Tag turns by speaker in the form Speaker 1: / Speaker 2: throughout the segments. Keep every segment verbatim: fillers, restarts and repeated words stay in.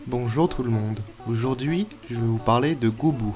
Speaker 1: Bonjour tout le monde, aujourd'hui je vais vous parler de Goubou.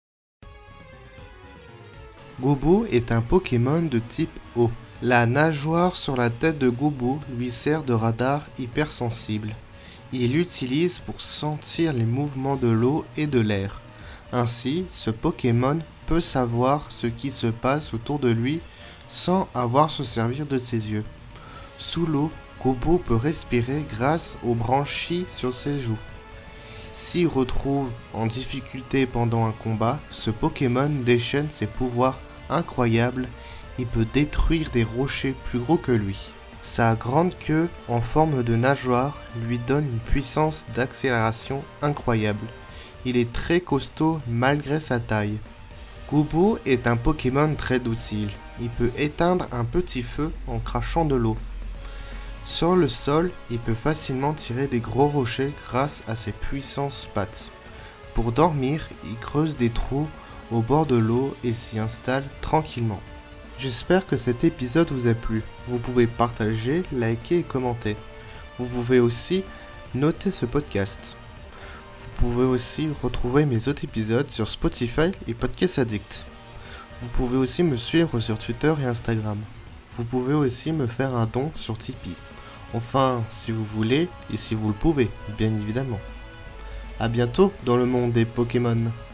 Speaker 1: Goubou est un Pokémon de type eau. La nageoire sur la tête de Goubou lui sert de radar hypersensible. Il l'utilise pour sentir les mouvements de l'eau et de l'air. Ainsi, ce Pokémon peut savoir ce qui se passe autour de lui sans avoir à se servir de ses yeux. Sous l'eau, Goubou peut respirer grâce aux branchies sur ses joues. S'il retrouve en difficulté pendant un combat, ce Pokémon déchaîne ses pouvoirs incroyables et peut détruire des rochers plus gros que lui. Sa grande queue en forme de nageoire lui donne une puissance d'accélération incroyable. Il est très costaud malgré sa taille. Goubou est un Pokémon très docile. Il peut éteindre un petit feu en crachant de l'eau. Sur le sol, il peut facilement tirer des gros rochers grâce à ses puissantes pattes. Pour dormir, il creuse des trous au bord de l'eau et s'y installe tranquillement. J'espère que cet épisode vous a plu. Vous pouvez partager, liker et commenter. Vous pouvez aussi noter ce podcast. Vous pouvez aussi retrouver mes autres épisodes sur Spotify et Podcast Addict. Vous pouvez aussi me suivre sur Twitter et Instagram. Vous pouvez aussi me faire un don sur Tipeee. Enfin, si vous voulez et si vous le pouvez, bien évidemment. A bientôt dans le monde des Pokémon.